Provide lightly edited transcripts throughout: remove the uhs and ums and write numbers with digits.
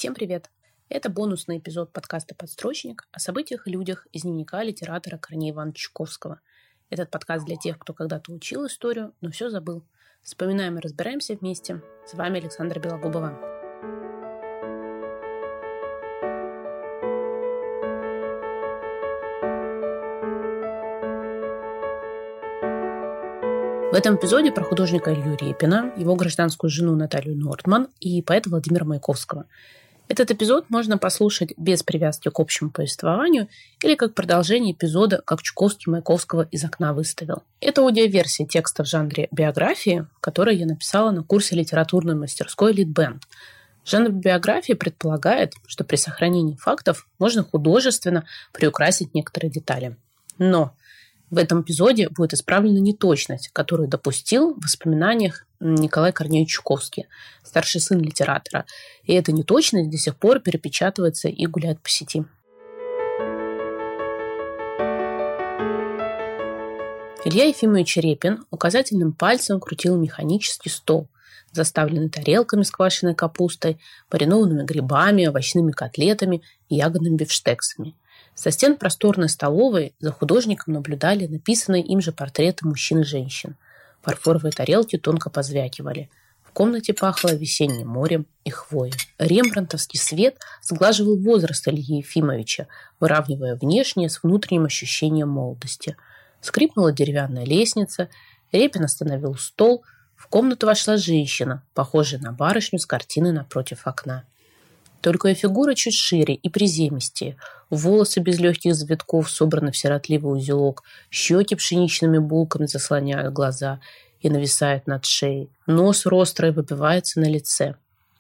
Всем привет! Это бонусный эпизод подкаста «Подстрочник» о событиях и людях из дневника литератора Корнея Ивановича Чуковского. Этот подкаст для тех, кто когда-то учил историю, но все забыл. Вспоминаем и разбираемся вместе. С вами Александра Белогубова. В этом эпизоде про художника Илью Репина, его гражданскую жену Наталью Нордман и поэта Владимира Маяковского. Этот эпизод можно послушать без привязки к общему повествованию или как продолжение эпизода «Как Чуковский Маяковского из окна выставил». Это аудиоверсия текста в жанре биографии, который я написала на курсе литературной мастерской «Литбенд». Жанр биографии предполагает, что при сохранении фактов можно художественно приукрасить некоторые детали. Но в этом эпизоде будет исправлена неточность, которую допустил в воспоминаниях Николай Корнеевич Чуковский, старший сын литератора. И эта неточность до сих пор перепечатывается и гуляет по сети. Илья Ефимович Репин указательным пальцем крутил механический стол, заставленный тарелками с квашеной капустой, маринованными грибами, овощными котлетами и ягодными бифштексами. Со стен просторной столовой за художником наблюдали написанные им же портреты мужчин и женщин. Фарфоровые тарелки тонко позвякивали. В комнате пахло весенним морем и хвоей. Рембрандтовский свет сглаживал возраст Ильи Ефимовича, выравнивая внешнее с внутренним ощущением молодости. Скрипнула деревянная лестница, Репин остановил стол. В комнату вошла женщина, похожая на барышню с картины напротив окна. Только ее фигура чуть шире и приземистее. Волосы без легких завитков собраны в сиротливый узелок, щеки пшеничными булками заслоняют глаза и нависают над шеей. Нос рострый выбивается на лице.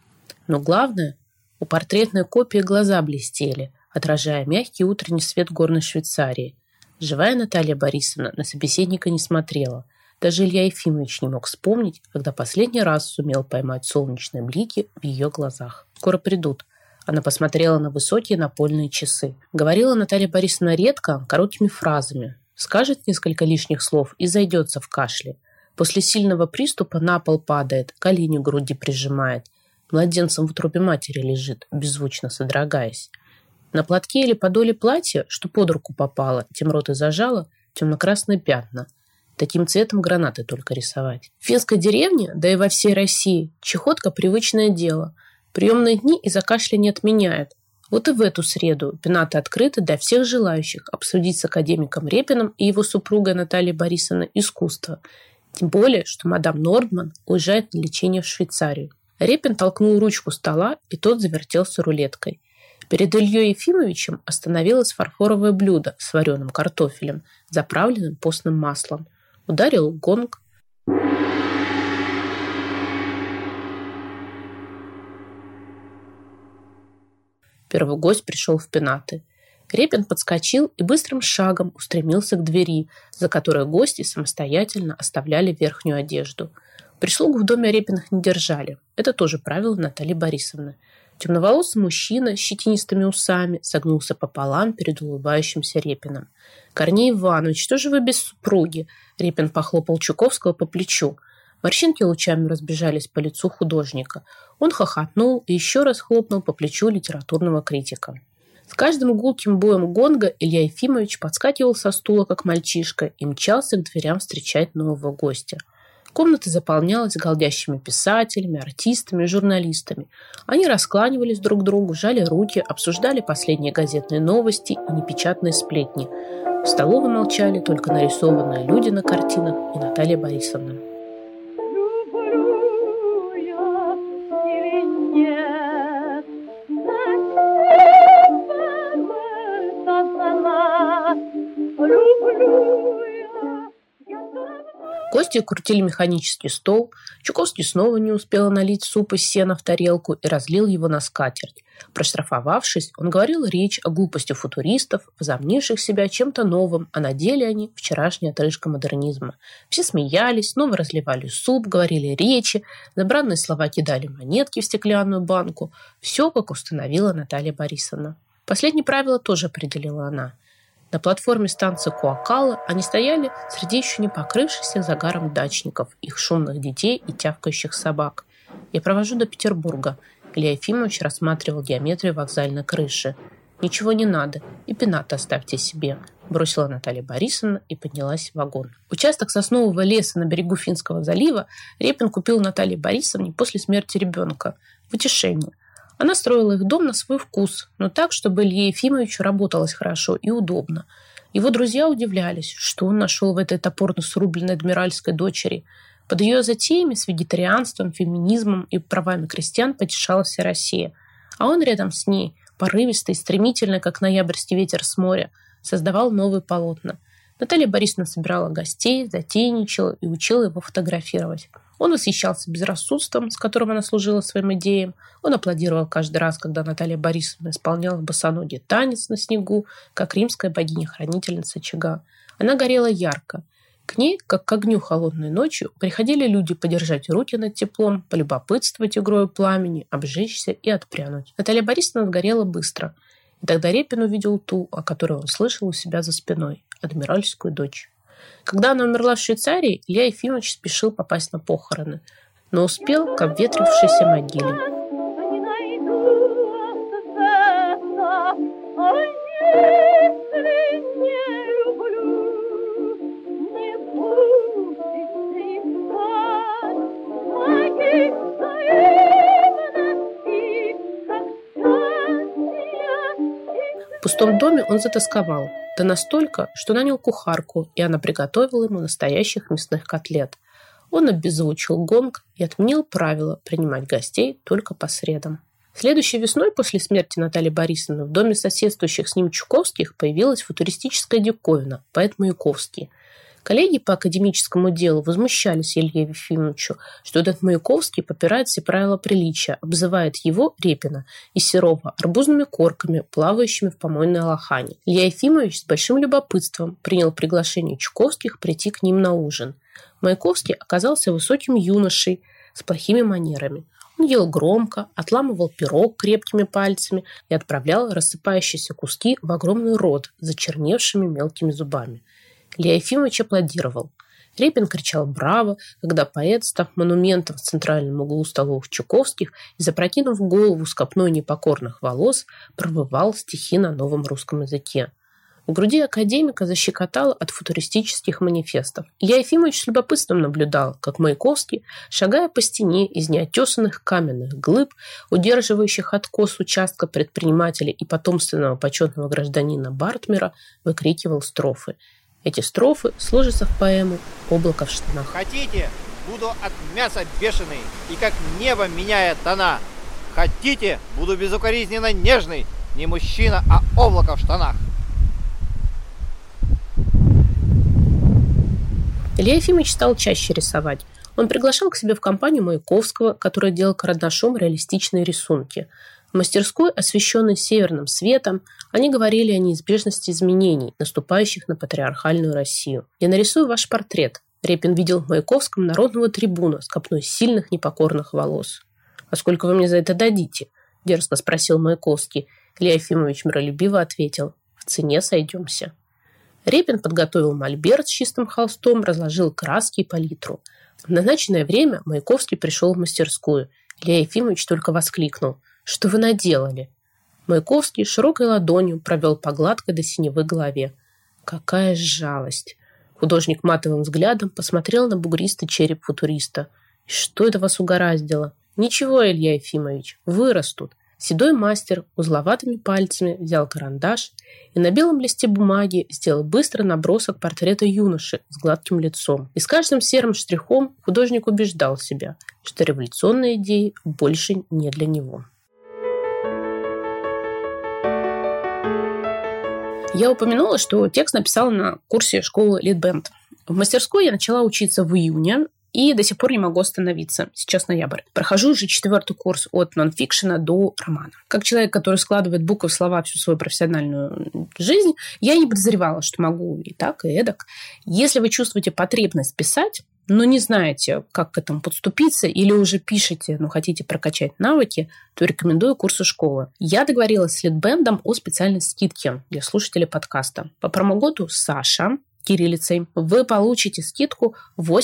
Но главное, у портретной копии глаза блестели, отражая мягкий утренний свет горной Швейцарии. Живая Наталья Борисовна на собеседника не смотрела. Даже Илья Ефимович не мог вспомнить, когда последний раз сумел поймать солнечные блики в ее глазах. «Скоро придут». Она посмотрела на высокие напольные часы. Говорила Наталья Борисовна редко, короткими фразами. Скажет несколько лишних слов и зайдется в кашле. После сильного приступа на пол падает, колени к груди прижимает. Младенцем в утробе матери лежит, беззвучно содрогаясь. На платке или подоле платья, что под руку попало, тем рот и зажало, темно-красные пятна. Таким цветом гранаты только рисовать. В финской деревне, да и во всей России, чехотка – привычное дело. Приемные дни из-за кашля не отменяют. Вот и в эту среду пенаты открыты для всех желающих обсудить с академиком Репиным и его супругой Натальей Борисовной искусство. Тем более, что мадам Нордман уезжает на лечение в Швейцарию. Репин толкнул ручку стола, и тот завертелся рулеткой. Перед Ильей Ефимовичем остановилось фарфоровое блюдо с вареным картофелем, заправленным постным маслом. Ударил гонг. Первый гость пришел в пенаты. Репин подскочил и быстрым шагом устремился к двери, за которой гости самостоятельно оставляли верхнюю одежду. Прислугу в доме Репиных не держали. Это тоже правило Натальи Борисовны. Темноволосый мужчина с щетинистыми усами согнулся пополам перед улыбающимся Репиным. «Корней Иванович, что же вы без супруги?» Репин похлопал Чуковского по плечу. Морщинки лучами разбежались по лицу художника. Он хохотнул и еще раз хлопнул по плечу литературного критика. С каждым гулким боем гонга Илья Ефимович подскакивал со стула, как мальчишка, и мчался к дверям встречать нового гостя. Комната заполнялась галдящими писателями, артистами, журналистами. Они раскланивались друг другу, жали руки, обсуждали последние газетные новости и непечатные сплетни. В столовой молчали только нарисованные люди на картинах и Наталья Борисовна. Гости крутили механический стол. Чуковский снова не успел налить суп из сена в тарелку и разлил его на скатерть. Проштрафовавшись, он говорил речь о глупости футуристов, возомнивших себя чем-то новым, а на деле они вчерашняя отрыжка модернизма. Все смеялись, снова разливали суп, говорили речи, забранные слова кидали монетки в стеклянную банку. Все, как установила Наталья Борисовна. Последнее правило тоже определила она. На платформе станции Куакала они стояли среди еще не покрывшихся загаром дачников, их шумных детей и тявкающих собак. «Я провожу до Петербурга», Илья Ефимович рассматривал геометрию вокзальной крыши. «Ничего не надо, и пенат оставьте себе», – бросила Наталья Борисовна и поднялась в вагон. Участок соснового леса на берегу Финского залива Репин купил Наталье Борисовне после смерти ребенка в утешение. Она строила их дом на свой вкус, но так, чтобы Илье Ефимовичу работалось хорошо и удобно. Его друзья удивлялись, что он нашел в этой топорно срубленной адмиральской дочери. Под ее затеями с вегетарианством, феминизмом и правами крестьян потешала вся Россия. А он рядом с ней, порывистый, стремительный, как ноябрьский ветер с моря, создавал новые полотна. Наталья Борисовна собирала гостей, затейничала и учила его фотографировать. Он восхищался безрассудством, с которым она служила своим идеям. Он аплодировал каждый раз, когда Наталья Борисовна исполняла босоногий танец на снегу, как римская богиня-хранительница очага. Она горела ярко. К ней, как к огню холодной ночью, приходили люди подержать руки над теплом, полюбопытствовать игрою пламени, обжечься и отпрянуть. Наталья Борисовна сгорела быстро. И тогда Репин увидел ту, о которой он слышал у себя за спиной – адмиральскую дочь. Когда она умерла в Швейцарии, Илья Ефимович спешил попасть на похороны, но успел к обветрившейся могиле. В пустом доме он затосковал, да настолько, что нанял кухарку, и она приготовила ему настоящих мясных котлет. Он обеззвучил гонг и отменил правило принимать гостей только по средам. Следующей весной после смерти Натальи Борисовны в доме соседствующих с ним Чуковских появилась футуристическая диковина – поэт Маяковский. Коллеги по академическому делу возмущались Илье Ефимовичу, что этот Маяковский попирает все правила приличия, обзывает его, Репина, и Серова арбузными корками, плавающими в помойной лохане. Илья Ефимович с большим любопытством принял приглашение Чуковских прийти к ним на ужин. Маяковский оказался высоким юношей с плохими манерами. Он ел громко, отламывал пирог крепкими пальцами и отправлял рассыпающиеся куски в огромный рот с зачерневшими мелкими зубами. Илья Ефимович аплодировал. Репин кричал «Браво!», когда поэт, став монументом в центральном углу столов Чуковских и запрокинув голову с копной непокорных волос, провывал стихи на новом русском языке. В груди академика защекотало от футуристических манифестов. Илья Ефимович с любопытством наблюдал, как Маяковский, шагая по стене из неотесанных каменных глыб, удерживающих откос участка предпринимателя и потомственного почетного гражданина Бартмера, выкрикивал строфы. Эти строфы сложатся в поэму «Облако в штанах». Хотите, буду от мяса бешеный и как небо меняя тона. Хотите, буду безукоризненно нежный, не мужчина, а облако в штанах. Илья Ефимович стал чаще рисовать. Он приглашал к себе в компанию Маяковского, который делал карандашом реалистичные рисунки. В мастерской, освещенной северным светом, они говорили о неизбежности изменений, наступающих на патриархальную Россию. «Я нарисую ваш портрет», — Репин видел в Маяковском народного трибуна с копной сильных непокорных волос. «А сколько вы мне за это дадите?» — дерзко спросил Маяковский. Илья Ефимович миролюбиво ответил: «В цене сойдемся». Репин подготовил мольберт с чистым холстом, разложил краски и палитру. В назначенное время Маяковский пришел в мастерскую. Илья Ефимович только воскликнул: «Что вы наделали?» Маяковский широкой ладонью провел по гладкой до синевы голове. Какая жалость! Художник матовым взглядом посмотрел на бугристый череп футуриста. «Что это вас угораздило?» «Ничего, Илья Ефимович, вырастут». Седой мастер узловатыми пальцами взял карандаш и на белом листе бумаги сделал быстрый набросок портрета юноши с гладким лицом. И с каждым серым штрихом художник убеждал себя, что революционные идеи больше не для него. Я упомянула, что текст написала на курсе школы Литбенд. В мастерской я начала учиться в июне и до сих пор не могу остановиться. Сейчас ноябрь. Прохожу уже 4-й курс от нонфикшена до романа. Как человек, который складывает буквы в слова всю свою профессиональную жизнь, я не подозревала, что могу и так, и эдак. Если вы чувствуете потребность писать, но не знаете, как к этому подступиться, или уже пишете, но хотите прокачать навыки, то рекомендую курсы школы. Я договорилась с Литбендом о специальной скидке для слушателей подкаста. По промокоду Саша кириллицей, вы получите скидку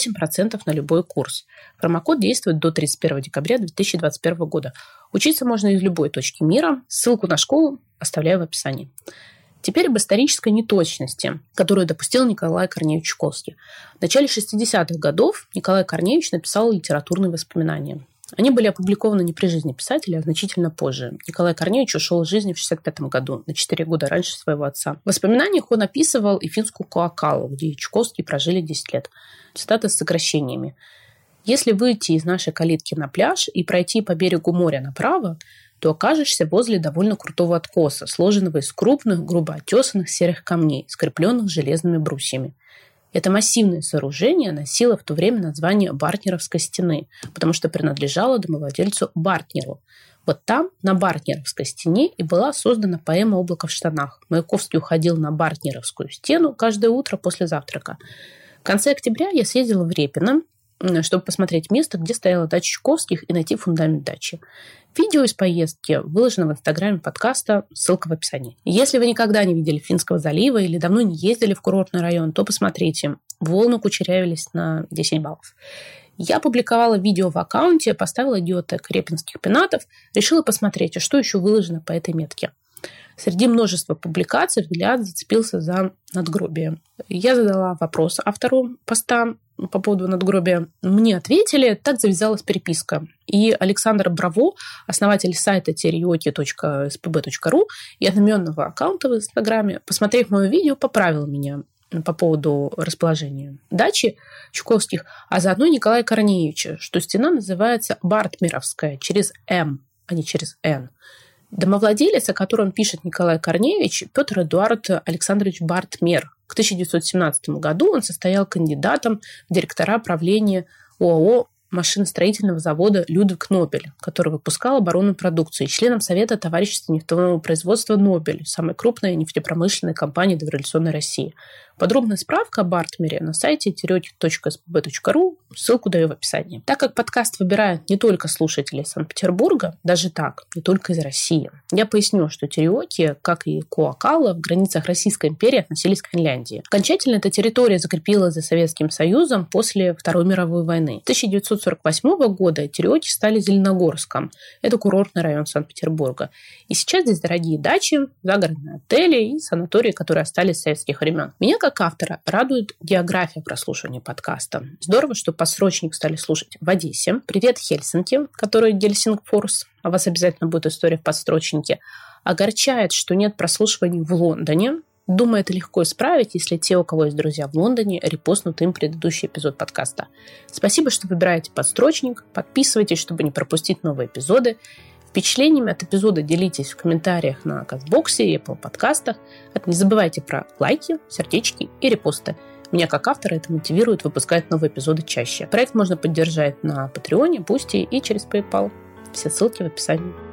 8% на любой курс. Промокод действует до 31 декабря 2021 года. Учиться можно из любой точки мира. Ссылку на школу оставляю в описании. Теперь об исторической неточности, которую допустил Николай Корнеевич Чуковский. В начале 60-х годов Николай Корнеевич написал литературные воспоминания. Они были опубликованы не при жизни писателя, а значительно позже. Николай Корнеевич ушел из жизни в 1965 году, на 4 года раньше своего отца. В воспоминаниях он описывал и финскую Коакалу, где Чуковский прожили 10 лет. Цитата с сокращениями. «Если выйти из нашей калитки на пляж и пройти по берегу моря направо, то окажешься возле довольно крутого откоса, сложенного из крупных, грубо отесанных серых камней, скрепленных железными брусьями. Это массивное сооружение носило в то время название Бартнеровской стены, потому что принадлежало домовладельцу Бартнеру. Вот там, на Бартнеровской стене, и была создана поэма «Облако в штанах». Маяковский уходил на Бартнеровскую стену каждое утро после завтрака. В конце октября я съездила в Репино, чтобы посмотреть место, где стояла дача Чуковских, и найти фундамент дачи. Видео из поездки выложено в инстаграме подкаста, ссылка в описании. Если вы никогда не видели Финского залива или давно не ездили в курортный район, то посмотрите. Волны кучерявились на 10 баллов. Я опубликовала видео в аккаунте, поставила геотег репинских пенатов, решила посмотреть, что еще выложено по этой метке. Среди множества публикаций взгляд зацепился за надгробие. Я задала вопрос автору поста по поводу надгробия. Мне ответили, так завязалась переписка. И Александр Браво, основатель сайта terioki.spb.ru и одноименного аккаунта в Инстаграме, посмотрев мое видео, поправил меня по поводу расположения дачи Чуковских, а заодно Николая Корнеевича, что стена называется Бартмеровская через М, а не через Н. Домовладелец, о котором пишет Николай Корнеевич, Петр Эдуард Александрович Бартмер. К 1917 году он состоял кандидатом в директора правления ОАО машиностроительного завода «Людвиг Нобель», который выпускал оборонную продукцию, и членом Совета товарищества нефтяного производства «Нобель», самой крупной нефтепромышленной компании дореволюционной России. Подробная справка о Бартмере на сайте terioki.spb.ru, ссылку даю в описании. Так как подкаст выбирает не только слушателей Санкт-Петербурга, даже так, не только из России, я поясню, что Терioки, как и Коакала, в границах Российской империи относились к Финляндии. Окончательно эта территория закрепилась за Советским Союзом после Второй мировой войны. С 1948 года Терioки стали Зеленогорском. Это курортный район Санкт-Петербурга. И сейчас здесь дорогие дачи, загородные отели и санатории, которые остались с советских времен. Меня, как автора, радует география прослушивания подкаста. Здорово, что подсрочник стали слушать в Одессе. Привет, Хельсинки, который Гельсингфорс. А у вас обязательно будет история в подстрочнике. Огорчает, что нет прослушиваний в Лондоне. Думаю, это легко исправить, если те, у кого есть друзья в Лондоне, репостнут им предыдущий эпизод подкаста. Спасибо, что выбираете подстрочник. Подписывайтесь, чтобы не пропустить новые эпизоды. Впечатлениями от эпизода делитесь в комментариях на Кастбоксе и Apple подкастах. Не забывайте про лайки, сердечки и репосты. Меня как автора это мотивирует выпускать новые эпизоды чаще. Проект можно поддержать на Патреоне, Бусти и через PayPal. Все ссылки в описании.